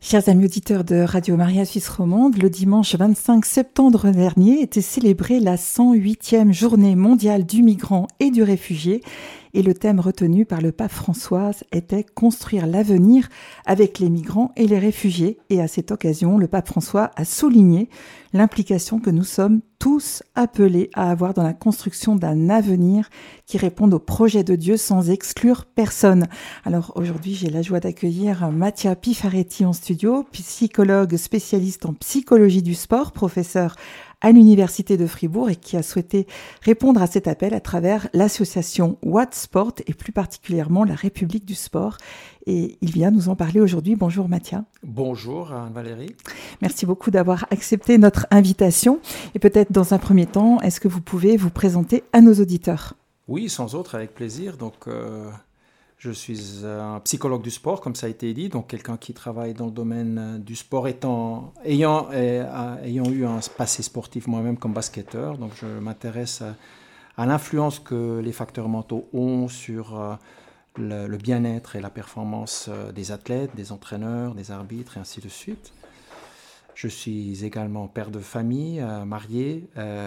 Chers amis auditeurs de Radio Maria Suisse Romande, le dimanche 25 septembre dernier était célébrée la 108e journée mondiale du migrant et du réfugié. Et le thème retenu par le pape François était « Construire l'avenir avec les migrants et les réfugiés ». Et à cette occasion, le pape François a souligné l'implication que nous sommes tous appelés à avoir dans la construction d'un avenir qui réponde aux projets de Dieu sans exclure personne. Alors aujourd'hui, j'ai la joie d'accueillir Mattia Pifaretti en studio, psychologue spécialiste en psychologie du sport, professeur à l'Université de Fribourg et qui a souhaité répondre à cet appel à travers l'association What Sport et plus particulièrement la République du sport. Et il vient nous en parler aujourd'hui. Bonjour Mattia. Bonjour Anne-Valérie. Merci beaucoup d'avoir accepté notre invitation. Et peut-être dans un premier temps, est-ce que vous pouvez vous présenter à nos auditeurs ? Oui, sans autre, avec plaisir. Donc, je suis un psychologue du sport, comme ça a été dit, donc quelqu'un qui travaille dans le domaine du sport, ayant eu un passé sportif moi-même comme basketteur. Donc, je m'intéresse à l'influence que les facteurs mentaux ont sur le bien-être et la performance des athlètes, des entraîneurs, des arbitres et ainsi de suite. Je suis également père de famille, marié.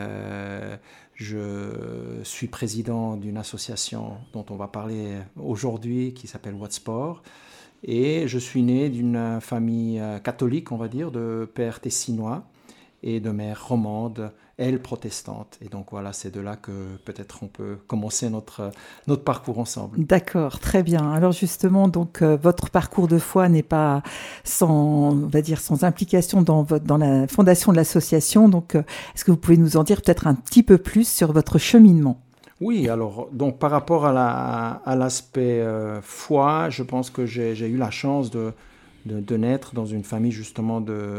Je suis président d'une association dont on va parler aujourd'hui qui s'appelle What Sport. Et je suis né d'une famille catholique, on va dire, de père tessinois et de mère romande, elle protestante. Et donc voilà, c'est de là que peut-être on peut commencer notre parcours ensemble. D'accord, très bien. Alors justement, donc votre parcours de foi n'est pas sans implication dans la fondation de l'association. Donc, est-ce que vous pouvez nous en dire peut-être un petit peu plus sur votre cheminement ? Oui, alors donc par rapport à l'aspect foi, je pense que j'ai eu la chance de naître dans une famille justement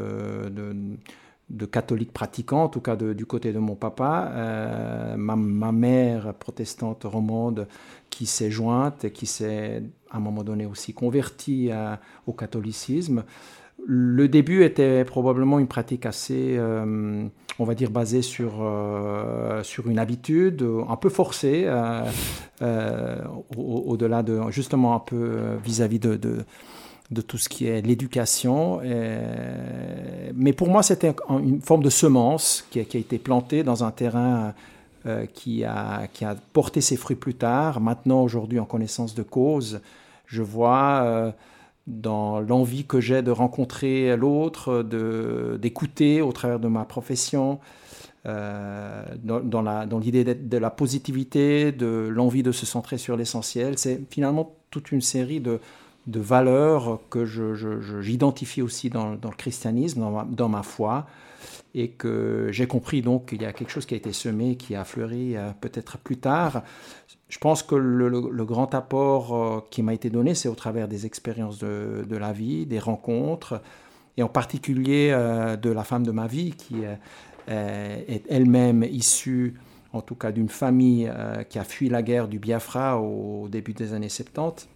de catholiques pratiquants, en tout cas du côté de mon papa. Ma mère protestante romande qui s'est jointe et qui s'est à un moment donné aussi convertie au catholicisme. Le début était probablement une pratique assez, on va dire, basée sur une habitude un peu forcée, au-delà de, justement un peu vis-à-vis de tout ce qui est l'éducation. Mais pour moi, c'était une forme de semence qui a été plantée dans un terrain qui a porté ses fruits plus tard. Maintenant, aujourd'hui, en connaissance de cause, je vois dans l'envie que j'ai de rencontrer l'autre, d'écouter au travers de ma profession, dans l'idée de la positivité, de l'envie de se centrer sur l'essentiel. C'est finalement toute une série de valeurs que j'identifie aussi dans le christianisme, dans ma foi, et que j'ai compris donc qu'il y a quelque chose qui a été semé, qui a fleuri peut-être plus tard. Je pense que le grand apport qui m'a été donné, c'est au travers des expériences de la vie, des rencontres, et en particulier de la femme de ma vie, qui est elle-même issue, en tout cas d'une famille qui a fui la guerre du Biafra au début des années 70,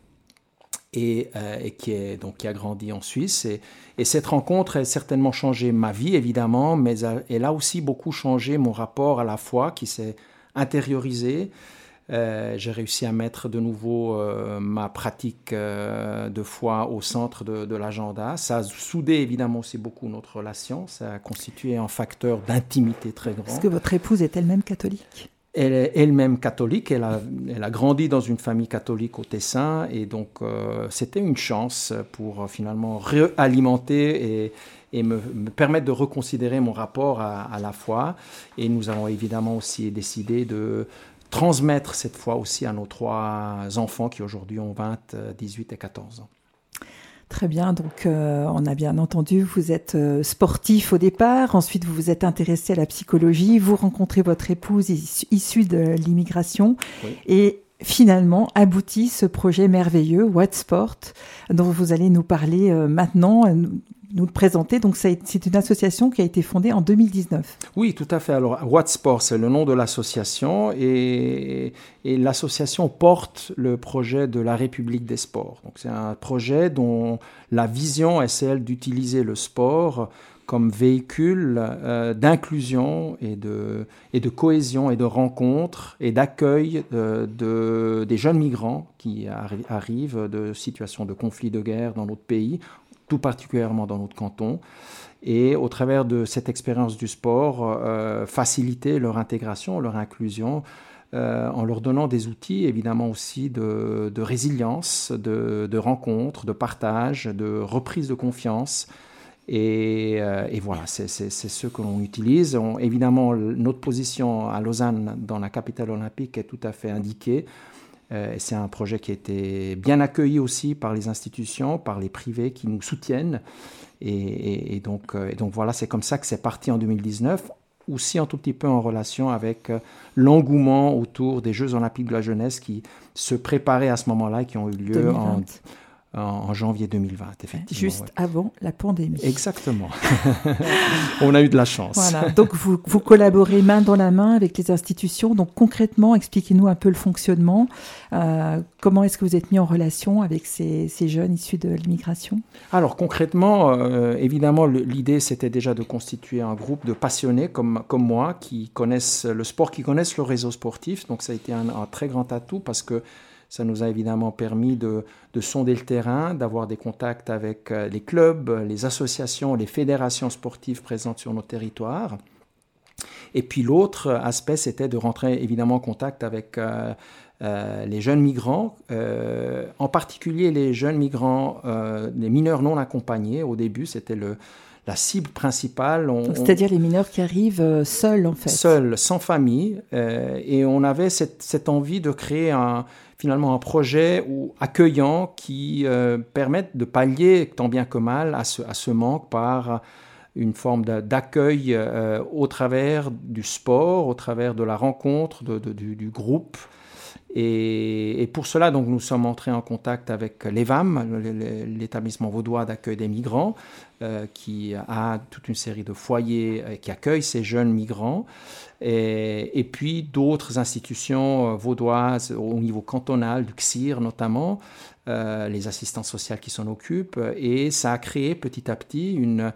et qui a grandi en Suisse. Et cette rencontre a certainement changé ma vie, évidemment, mais elle a aussi beaucoup changé mon rapport à la foi, qui s'est intériorisé. J'ai réussi à mettre de nouveau ma pratique de foi au centre de l'agenda. Ça a soudé évidemment aussi beaucoup notre relation. Ça a constitué un facteur d'intimité très grand. Est-ce que votre épouse est elle-même catholique ? Elle est elle-même catholique, elle a grandi dans une famille catholique au Tessin, et donc c'était une chance pour finalement réalimenter et me permettre de reconsidérer mon rapport à la foi. Et nous avons évidemment aussi décidé de transmettre cette foi aussi à nos 3 enfants qui aujourd'hui ont 20, 18 et 14 ans. Très bien, donc on a bien entendu, vous êtes sportif au départ, ensuite vous vous êtes intéressé à la psychologie, vous rencontrez votre épouse issue de l'immigration, oui. Et finalement aboutit ce projet merveilleux, What Sport, dont vous allez nous parler maintenant, nous le présenter. Donc c'est une association qui a été fondée en 2019. Oui, tout à fait. Alors What Sport, c'est le nom de l'association, et l'association porte le projet de la République des sports. Donc c'est un projet dont la vision est celle d'utiliser le sport comme véhicule d'inclusion et de cohésion et de rencontre et d'accueil des jeunes migrants qui arrivent de situations de conflits de guerre dans notre pays, tout particulièrement dans notre canton. Et au travers de cette expérience du sport, faciliter leur intégration, leur inclusion, en leur donnant des outils évidemment aussi de résilience, de rencontre, de partage, de reprise de confiance. Et voilà, c'est ce que l'on utilise. Évidemment, notre position à Lausanne, dans la capitale olympique, est tout à fait indiquée. C'est un projet qui a été bien accueilli aussi par les institutions, par les privés qui nous soutiennent. Et donc voilà, c'est comme ça que c'est parti en 2019, aussi un tout petit peu en relation avec l'engouement autour des Jeux olympiques de la jeunesse qui se préparaient à ce moment-là, qui ont eu lieu en janvier 2020, effectivement. Juste avant la pandémie. Exactement. On a eu de la chance. Voilà. Donc, vous collaborez main dans la main avec les institutions. Donc, concrètement, expliquez-nous un peu le fonctionnement. Comment est-ce que vous êtes mis en relation avec ces jeunes issus de l'immigration ? Alors, concrètement, évidemment, l'idée, c'était déjà de constituer un groupe de passionnés comme moi, qui connaissent le sport, qui connaissent le réseau sportif. Donc, ça a été un très grand atout parce que ça nous a évidemment permis de sonder le terrain, d'avoir des contacts avec les clubs, les associations, les fédérations sportives présentes sur nos territoires. Et puis l'autre aspect, c'était de rentrer évidemment en contact avec les jeunes migrants, en particulier les jeunes migrants, les mineurs non accompagnés. Au début, c'était la cible principale. C'est-à-dire les mineurs qui arrivent seuls, en fait. Seuls, sans famille. Et on avait cette envie de créer finalement un projet accueillant qui permette de pallier tant bien que mal à ce manque par une forme d'accueil au travers du sport, au travers de la rencontre, du groupe. Et pour cela, donc, nous sommes entrés en contact avec l'EVAM, l'établissement vaudois d'accueil des migrants, qui a toute une série de foyers qui accueillent ces jeunes migrants, et puis d'autres institutions vaudoises au niveau cantonal, du CSIR notamment, les assistantes sociales qui s'en occupent, et ça a créé petit à petit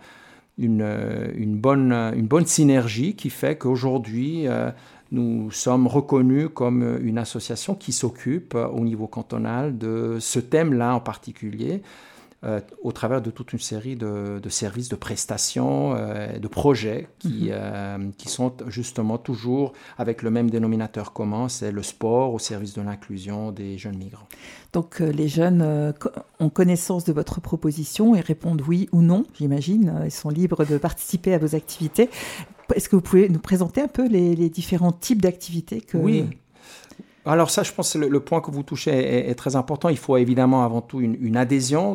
une bonne synergie qui fait qu'aujourd'hui, nous sommes reconnus comme une association qui s'occupe au niveau cantonal de ce thème-là en particulier, au travers de toute une série de services, de prestations, de projets qui sont justement toujours avec le même dénominateur commun, c'est le sport au service de l'inclusion des jeunes migrants. Donc les jeunes ont connaissance de votre proposition et répondent oui ou non, j'imagine. Ils sont libres de participer à vos activités. Est-ce que vous pouvez nous présenter un peu les différents types d'activités que... Oui. Alors ça, je pense que le point que vous touchez est très important. Il faut évidemment avant tout une adhésion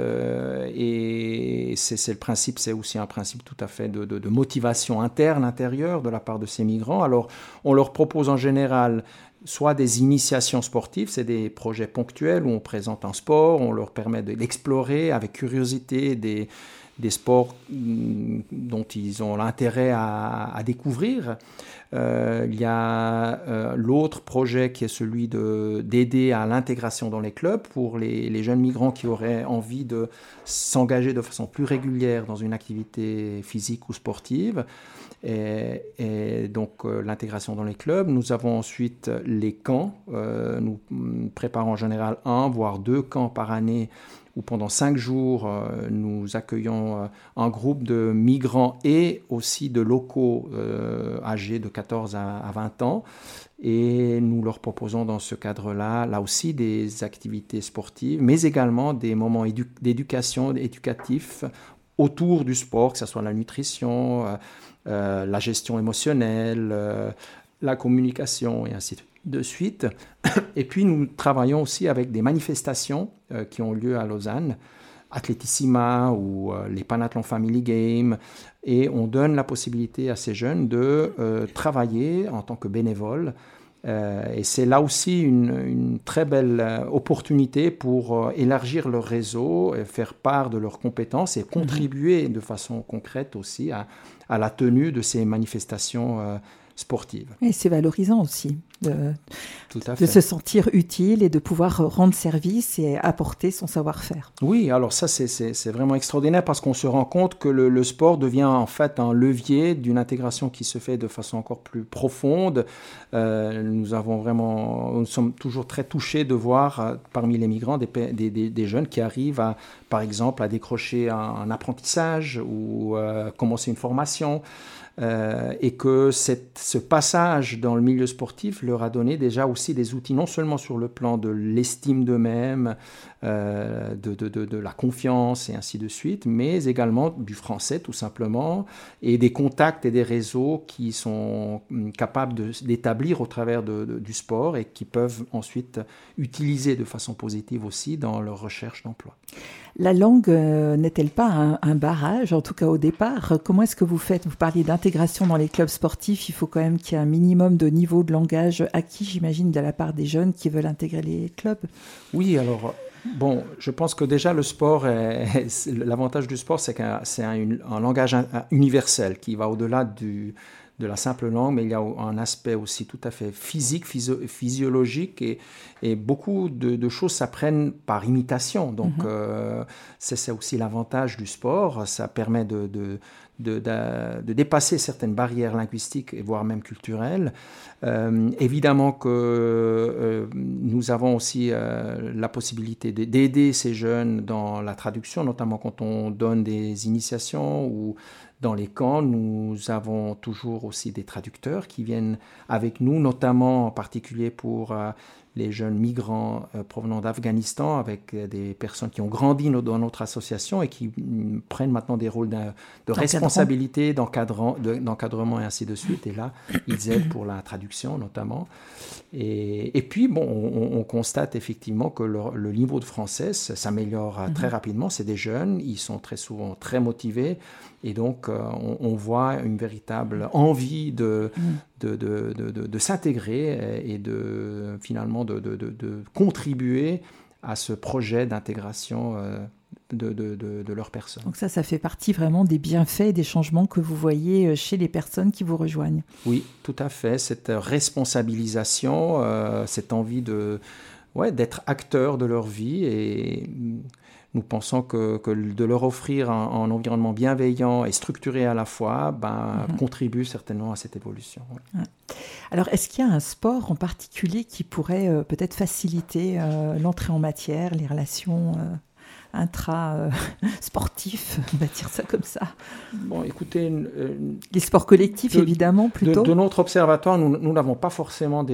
et c'est le principe, c'est aussi un principe tout à fait de motivation intérieure de la part de ces migrants. Alors on leur propose en général soit des initiations sportives, c'est des projets ponctuels où on présente un sport, on leur permet d'explorer avec curiosité des sports dont ils ont l'intérêt à découvrir. Il y a l'autre projet qui est celui d'aider à l'intégration dans les clubs pour les jeunes migrants qui auraient envie de s'engager de façon plus régulière dans une activité physique ou sportive. Et donc l'intégration dans les clubs. Nous avons ensuite les camps. Nous préparons en général 1 voire 2 camps par année où pendant 5 jours, nous accueillons un groupe de migrants et aussi de locaux âgés de 14 à 20 ans. Et nous leur proposons dans ce cadre-là, là aussi, des activités sportives, mais également des moments d'éducation, éducatifs autour du sport, que ce soit la nutrition, la gestion émotionnelle, la communication et ainsi de suite. Et puis nous travaillons aussi avec des manifestations qui ont lieu à Lausanne, Athlétissima ou les Panathlon Family Games, et on donne la possibilité à ces jeunes de travailler en tant que bénévoles. Et c'est là aussi une très belle opportunité pour élargir leur réseau, faire part de leurs compétences et contribuer de façon concrète aussi à la tenue de ces manifestations sportive. Et c'est valorisant aussi Tout à de fait. se sentir utile et de pouvoir rendre service et apporter son savoir-faire. Oui, alors ça c'est vraiment extraordinaire parce qu'on se rend compte que le sport devient en fait un levier d'une intégration qui se fait de façon encore plus profonde. Nous sommes toujours très touchés de voir parmi les migrants des jeunes qui arrivent par exemple à décrocher un apprentissage ou commencer une formation. Et que ce passage dans le milieu sportif leur a donné déjà aussi des outils, non seulement sur le plan de l'estime d'eux-mêmes, de la confiance et ainsi de suite, mais également du français tout simplement, et des contacts et des réseaux qui sont capables d'établir au travers du sport et qui peuvent ensuite utiliser de façon positive aussi dans leur recherche d'emploi. La langue n'est-elle pas un barrage, en tout cas au départ? Comment est-ce que vous faites? Vous parliez d'intégration dans les clubs sportifs. Il faut quand même qu'il y ait un minimum de niveau de langage acquis, j'imagine, de la part des jeunes qui veulent intégrer les clubs. Oui, alors, bon, je pense que déjà le sport, l'avantage du sport, c'est que c'est un langage universel qui va au-delà de la simple langue, mais il y a un aspect aussi tout à fait physique, physiologique, et beaucoup de choses s'apprennent par imitation. Donc, c'est aussi l'avantage du sport. Ça permet de dépasser certaines barrières linguistiques, et voire même culturelles. Évidemment que nous avons aussi la possibilité d'aider ces jeunes dans la traduction, notamment quand on donne des initiations ou dans les camps. Nous avons toujours aussi des traducteurs qui viennent avec nous, notamment en particulier pour les jeunes migrants provenant d'Afghanistan, avec des personnes qui ont grandi dans notre association et qui prennent maintenant des rôles de responsabilité, d'encadrement et ainsi de suite. Et là, ils aident pour la traduction notamment. Et puis, bon, on constate effectivement que le niveau de français s'améliore très rapidement. C'est des jeunes, ils sont très souvent très motivés. Et donc, on voit une véritable envie de s'intégrer et finalement de contribuer à ce projet d'intégration de leur personne. Donc ça fait partie vraiment des bienfaits et des changements que vous voyez chez les personnes qui vous rejoignent. Oui, tout à fait. Cette responsabilisation, cette envie d'être acteur de leur vie, et nous pensons que de leur offrir un environnement bienveillant et structuré à la fois contribue certainement à cette évolution. Oui. Ouais. Alors, est-ce qu'il y a un sport en particulier qui pourrait peut-être faciliter l'entrée en matière, les relations intra-sportifs, on va dire ça comme ça? Bon, écoutez... les sports collectifs, évidemment, plutôt. De notre observatoire, nous n'avons pas forcément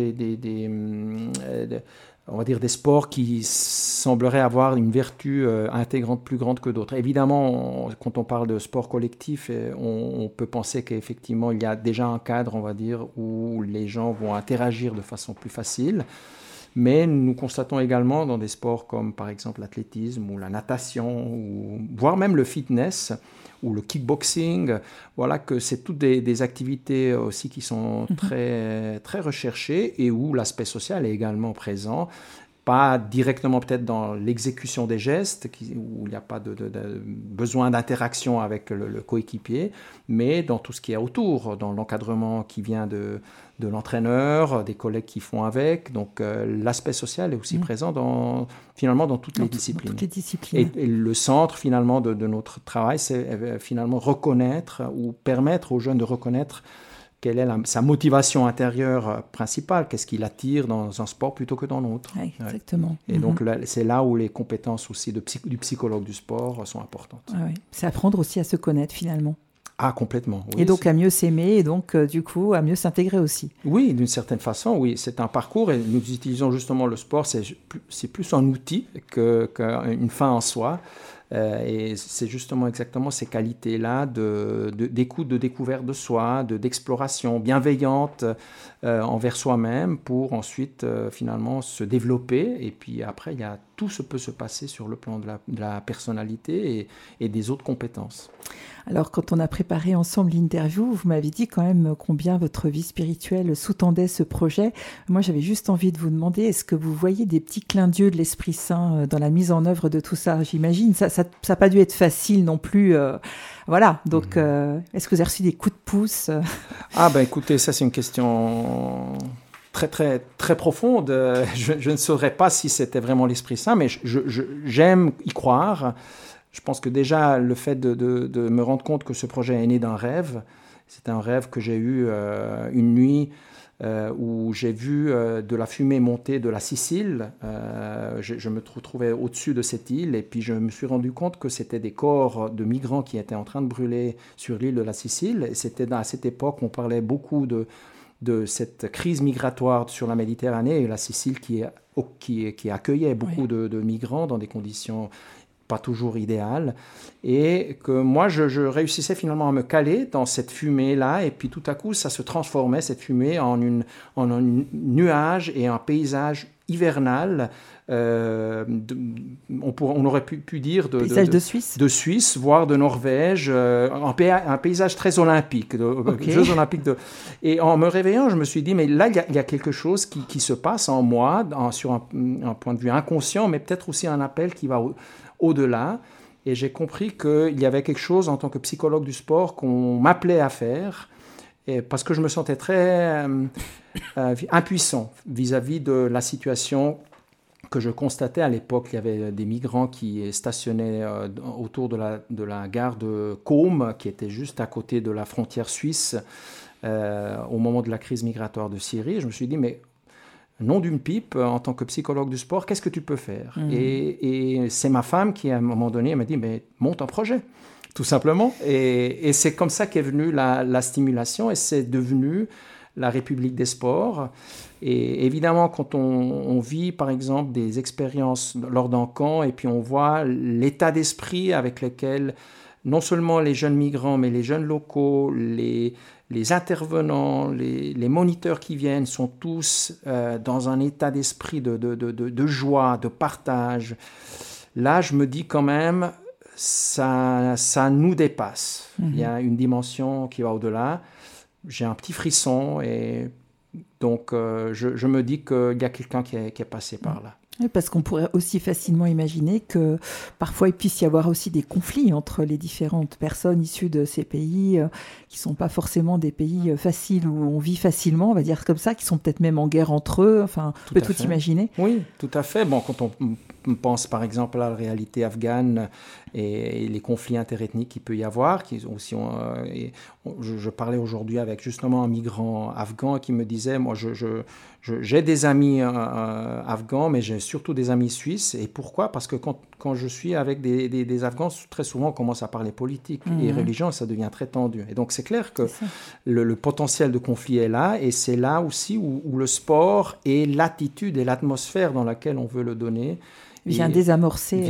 on va dire des sports qui sembleraient avoir une vertu intégrante plus grande que d'autres. Évidemment, quand on parle de sport collectif, on peut penser qu'effectivement, il y a déjà un cadre, on va dire, où les gens vont interagir de façon plus facile. Mais nous constatons également dans des sports comme par exemple l'athlétisme ou la natation, voire même le fitness ou le kickboxing, voilà, que c'est toutes des activités aussi qui sont très, très recherchées et où l'aspect social est également présent. Pas directement peut-être dans l'exécution des gestes, où il n'y a pas de besoin d'interaction avec le coéquipier, mais dans tout ce qui est autour, dans l'encadrement qui vient de l'entraîneur, des collègues qui font avec. Donc l'aspect social est aussi présent finalement dans toutes les disciplines. Et le centre finalement de notre travail, c'est finalement reconnaître ou permettre aux jeunes de reconnaître quelle est sa motivation intérieure principale, qu'est-ce qui l'attire dans un sport plutôt que dans l'autre. Oui, exactement. Et donc c'est là où les compétences aussi du psychologue du sport sont importantes. Oui. C'est apprendre aussi à se connaître finalement. Ah, complètement. Oui, et donc à mieux s'aimer et donc du coup à mieux s'intégrer aussi. Oui, d'une certaine façon, oui. C'est un parcours et nous utilisons justement le sport, c'est plus un outil qu'une fin en soi. Et c'est justement exactement ces qualités-là d'écoute, de découverte de soi, d'exploration bienveillante envers soi-même pour ensuite finalement se développer. Et puis après, tout peut se passer sur le plan de la personnalité et des autres compétences. Alors, quand on a préparé ensemble l'interview, vous m'avez dit quand même combien votre vie spirituelle sous-tendait ce projet. Moi, j'avais juste envie de vous demander, est-ce que vous voyez des petits clins d'yeux de l'Esprit Saint dans la mise en œuvre de tout ça? J'imagine, ça n'a pas dû être facile non plus. Voilà, donc est-ce que vous avez reçu des coups de pouce Ah ben écoutez, ça c'est une question très très très profonde. Je ne saurais pas si c'était vraiment l'Esprit Saint, mais j'aime y croire. Je pense que déjà le fait de me rendre compte que ce projet est né d'un rêve, c'est un rêve que j'ai eu une nuit où j'ai vu de la fumée monter de la Sicile. Je me trouvais au-dessus de cette île et puis je me suis rendu compte que c'était des corps de migrants qui étaient en train de brûler sur l'île de la Sicile. Et c'était à cette époque, on parlait beaucoup de cette crise migratoire sur la Méditerranée et la Sicile qui accueillait beaucoup de migrants dans des conditions pas toujours idéal, et que moi je réussissais finalement à me caler dans cette fumée-là, et puis tout à coup ça se transformait, cette fumée, en un nuage et un paysage hivernal, on aurait pu dire de Suisse. De Suisse, voire de Norvège, un paysage très olympique, Jeux olympiques. Et en me réveillant, je me suis dit, mais là, il y a quelque chose qui se passe en moi, sur un point de vue inconscient, mais peut-être aussi un appel qui va au-delà, et j'ai compris qu'il y avait quelque chose en tant que psychologue du sport qu'on m'appelait à faire, et parce que je me sentais très impuissant vis-à-vis de la situation que je constatais à l'époque. Il y avait des migrants qui stationnaient autour de la gare de Côme, qui était juste à côté de la frontière suisse, au moment de la crise migratoire de Syrie. Et je me suis dit, mais nom d'une pipe, en tant que psychologue du sport, qu'est-ce que tu peux faire ? Et c'est ma femme qui, à un moment donné, m'a dit, mais monte un projet, tout simplement. Et c'est comme ça qu'est venue la stimulation, et c'est devenu la République des sports. Et évidemment, quand on vit, par exemple, des expériences lors d'un camp, et puis on voit l'état d'esprit avec lequel non seulement les jeunes migrants, mais les jeunes locaux, les intervenants, les moniteurs qui viennent sont tous dans un état d'esprit de joie, de partage. Là, je me dis quand même, ça nous dépasse. Il y a une dimension qui va au-delà. J'ai un petit frisson, et donc je me dis qu'il y a quelqu'un qui est passé par là. Parce qu'on pourrait aussi facilement imaginer que parfois il puisse y avoir aussi des conflits entre les différentes personnes issues de ces pays qui ne sont pas forcément des pays faciles où on vit facilement, on va dire comme ça, qui sont peut-être même en guerre entre eux. Enfin, on peut tout imaginer. Oui, tout à fait. Bon, quand on pense par exemple à la réalité afghane et les conflits interethniques qu'il peut y avoir, je parlais aujourd'hui avec justement un migrant afghan qui me disait, moi j'ai des amis afghans, mais j'ai surtout des amis suisses. Et pourquoi ? Parce que quand je suis avec des Afghans, très souvent on commence à parler politique et religion, et ça devient très tendu. Et donc c'est clair que le potentiel de conflit est là, et c'est là aussi où le sport et l'attitude et l'atmosphère dans laquelle on veut le donner vient désamorcer.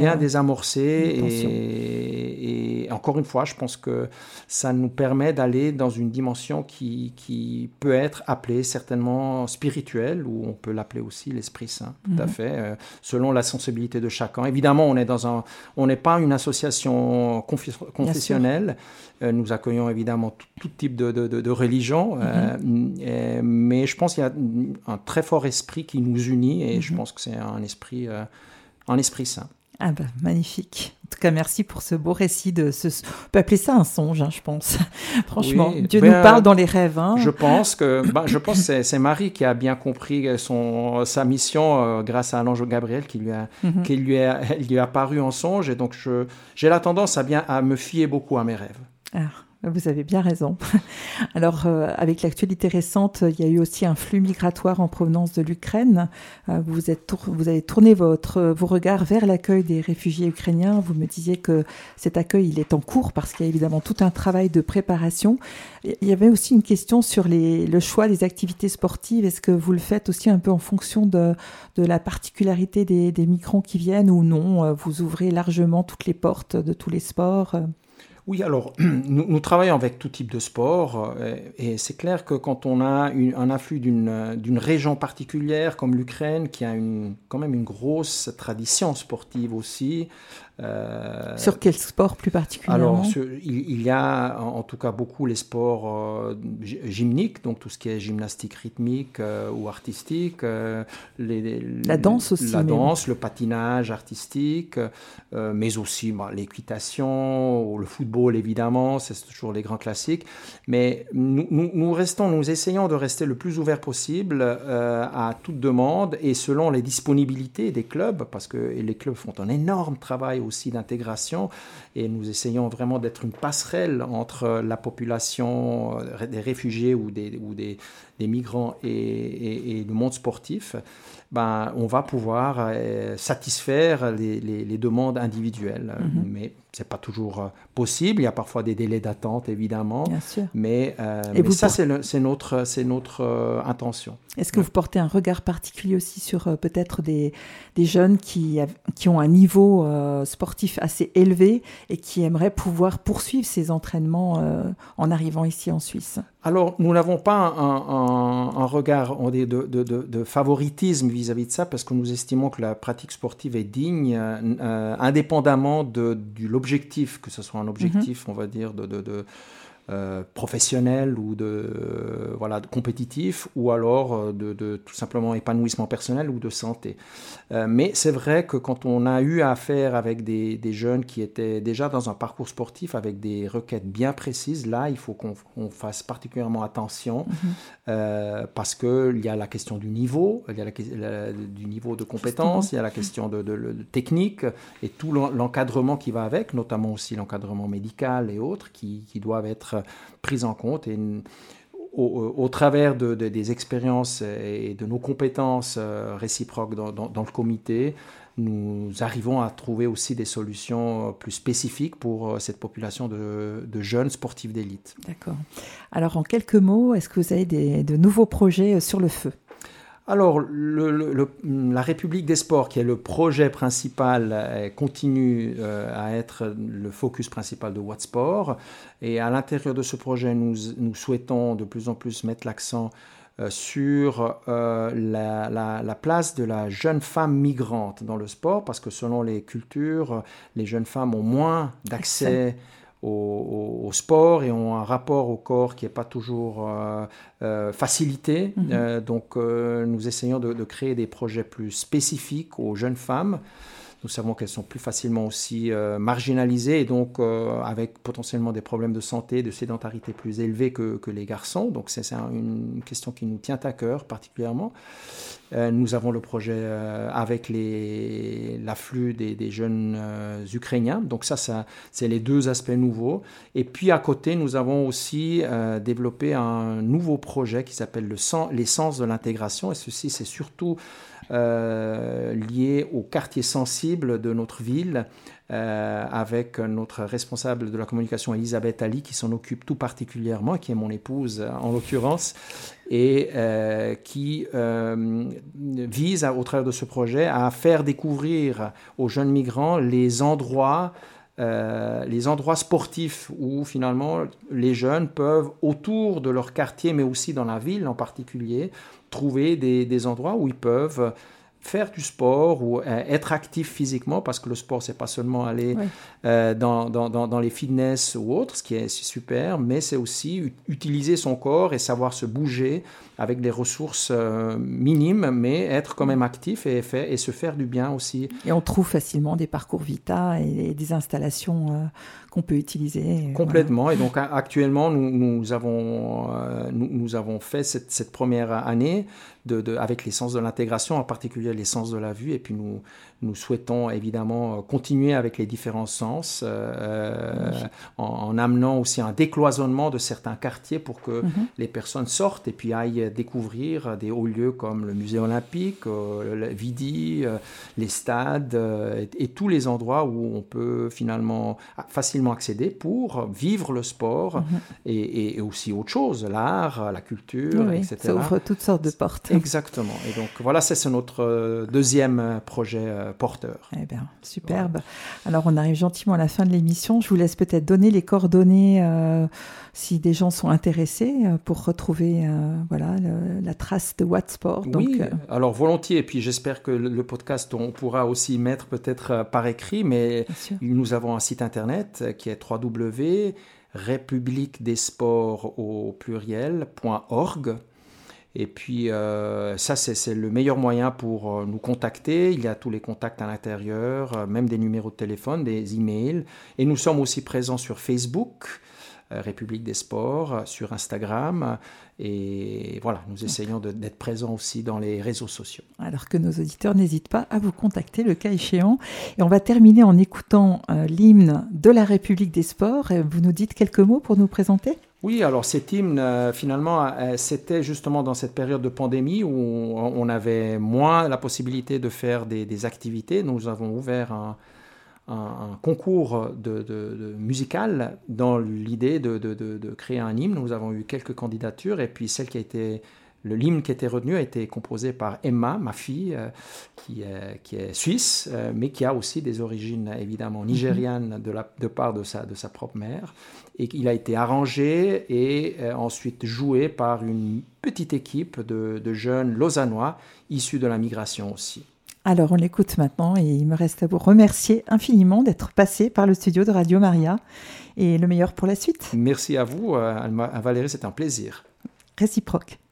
Et encore une fois, je pense que ça nous permet d'aller dans une dimension qui peut être appelée certainement spirituelle, ou on peut l'appeler aussi l'Esprit Saint, tout à fait, selon la sensibilité de chacun. Évidemment, on n'est pas une association confessionnelle. Nous accueillons évidemment tout type de religion, mais je pense qu'il y a un très fort esprit qui nous unit, et je pense que c'est un esprit saint. Ah ben, magnifique. En tout cas, merci pour ce beau récit. On peut appeler ça un songe, je pense. Franchement, oui, Dieu nous parle dans les rêves. Je pense que c'est Marie qui a bien compris sa mission grâce à l'ange Gabriel qui lui est apparu en songe. Et donc, j'ai la tendance à me fier beaucoup à mes rêves. Ah. Vous avez bien raison. Alors, avec l'actualité récente, il y a eu aussi un flux migratoire en provenance de l'Ukraine. Vous avez tourné vos regards vers l'accueil des réfugiés ukrainiens. Vous me disiez que cet accueil, il est en cours parce qu'il y a évidemment tout un travail de préparation. Il y avait aussi une question sur le choix des activités sportives. Est-ce que vous le faites aussi un peu en fonction de la particularité des migrants qui viennent, ou non ? Vous ouvrez largement toutes les portes de tous les sports ? Oui, alors, nous travaillons avec tout type de sport, et c'est clair que quand on a un afflux d'une région particulière comme l'Ukraine, qui a quand même une grosse tradition sportive aussi, Sur quel sport plus particulièrement? Alors, il y a en tout cas beaucoup les sports gymniques, donc tout ce qui est gymnastique rythmique ou artistique. La danse aussi. La danse, le patinage artistique, mais aussi l'équitation, ou le football évidemment, c'est toujours les grands classiques. Mais nous essayons de rester le plus ouvert possible à toute demande et selon les disponibilités des clubs, parce que les clubs font un énorme travail aussi d'intégration et nous essayons vraiment d'être une passerelle entre la population des réfugiés ou des migrants et le monde sportif. On va pouvoir satisfaire les demandes individuelles. Mais ce n'est pas toujours possible. Il y a parfois des délais d'attente, évidemment. Bien sûr. Mais ça, c'est notre intention. Est-ce que vous portez un regard particulier aussi sur peut-être des jeunes qui ont un niveau sportif assez élevé et qui aimeraient pouvoir poursuivre ces entraînements en arrivant ici en Suisse? Alors, nous n'avons pas un regard de favoritisme vis-à-vis de ça, parce que nous estimons que la pratique sportive est digne, indépendamment de l'objectif, que ce soit un objectif, on va dire, professionnel ou de compétitif, ou alors de tout simplement épanouissement personnel ou de santé. Mais c'est vrai que quand on a eu affaire avec des jeunes qui étaient déjà dans un parcours sportif avec des requêtes bien précises, là, il faut qu'on fasse particulièrement attention parce qu'il y a la question du niveau, il y a du niveau de compétence, il y a la question de technique et tout l'encadrement qui va avec, notamment aussi l'encadrement médical et autres qui doivent être pris en compte. Et au travers des expériences et de nos compétences réciproques dans le comité, nous arrivons à trouver aussi des solutions plus spécifiques pour cette population de jeunes sportifs d'élite. D'accord. Alors, en quelques mots, est-ce que vous avez de nouveaux projets sur le feu ? Alors, la République des sports, qui est le projet principal, continue à être le focus principal de Watsport. Et à l'intérieur de ce projet, nous souhaitons de plus en plus mettre l'accent sur la place de la jeune femme migrante dans le sport, parce que selon les cultures, les jeunes femmes ont moins d'accès au sport et ont un rapport au corps qui n'est pas toujours facilité. Donc, nous essayons de créer des projets plus spécifiques aux jeunes femmes. Nous savons qu'elles sont plus facilement aussi marginalisées et donc avec potentiellement des problèmes de santé, de sédentarité plus élevés que les garçons. Donc, c'est une question qui nous tient à cœur particulièrement. Nous avons le projet avec l'afflux des jeunes Ukrainiens. Donc ça, c'est les deux aspects nouveaux. Et puis à côté, nous avons aussi développé un nouveau projet qui s'appelle l'essence de l'intégration. Et ceci, c'est surtout lié aux quartiers sensibles de notre ville, avec notre responsable de la communication Elisabeth Ali qui s'en occupe tout particulièrement, qui est mon épouse en l'occurrence, et qui vise au travers de ce projet à faire découvrir aux jeunes migrants les endroits sportifs où finalement les jeunes peuvent, autour de leur quartier, mais aussi dans la ville en particulier, trouver des endroits où ils peuvent faire du sport ou être actif physiquement, parce que le sport, c'est pas seulement aller dans les fitness ou autres, ce qui est super, mais c'est aussi utiliser son corps et savoir se bouger avec des ressources minimes, mais être quand même actif et se faire du bien aussi. Et on trouve facilement des parcours Vita et des installations qu'on peut utiliser. Complètement. Voilà. Et donc actuellement, nous avons fait cette première année avec l'essence de l'intégration, en particulier l'essence de la vue, et puis nous souhaitons évidemment continuer avec les différents sens en amenant aussi un décloisonnement de certains quartiers pour que les personnes sortent et puis aillent découvrir des hauts lieux comme le musée olympique, le Vidi, les stades et tous les endroits où on peut finalement facilement accéder pour vivre le sport et aussi autre chose, l'art, la culture, etc. Ça ouvre toutes sortes de portes. Exactement. Et donc voilà, c'est notre deuxième projet porteur. Eh bien, superbe. Voilà. Alors on arrive gentiment à la fin de l'émission. Je vous laisse peut-être donner les coordonnées si des gens sont intéressés pour retrouver la trace de Wattsport. Oui, alors volontiers. Et puis j'espère que le podcast, on pourra aussi mettre peut-être par écrit, mais nous avons un site internet qui est www.republiquedesports au pluriel.org. Et puis ça, c'est le meilleur moyen pour nous contacter. Il y a tous les contacts à l'intérieur, même des numéros de téléphone, des emails. Et nous sommes aussi présents sur Facebook, République des Sports, sur Instagram. Et voilà, nous essayons d'être présents aussi dans les réseaux sociaux. Alors que nos auditeurs n'hésitent pas à vous contacter le cas échéant. Et on va terminer en écoutant l'hymne de la République des Sports. Vous nous dites quelques mots pour nous présenter ? Oui, alors cet hymne, finalement, c'était justement dans cette période de pandémie où on avait moins la possibilité de faire des activités. Nous avons ouvert un concours de musical dans l'idée de créer un hymne. Nous avons eu quelques candidatures et puis l'hymne qui a été retenu a été composé par Emma, ma fille, qui est suisse, mais qui a aussi des origines évidemment nigérianes de part de sa propre mère. Et il a été arrangé et ensuite joué par une petite équipe de jeunes lausannois issus de la migration aussi. Alors on l'écoute maintenant et il me reste à vous remercier infiniment d'être passé par le studio de Radio Maria et le meilleur pour la suite. Merci à vous, Valérie, c'est un plaisir. Réciproque.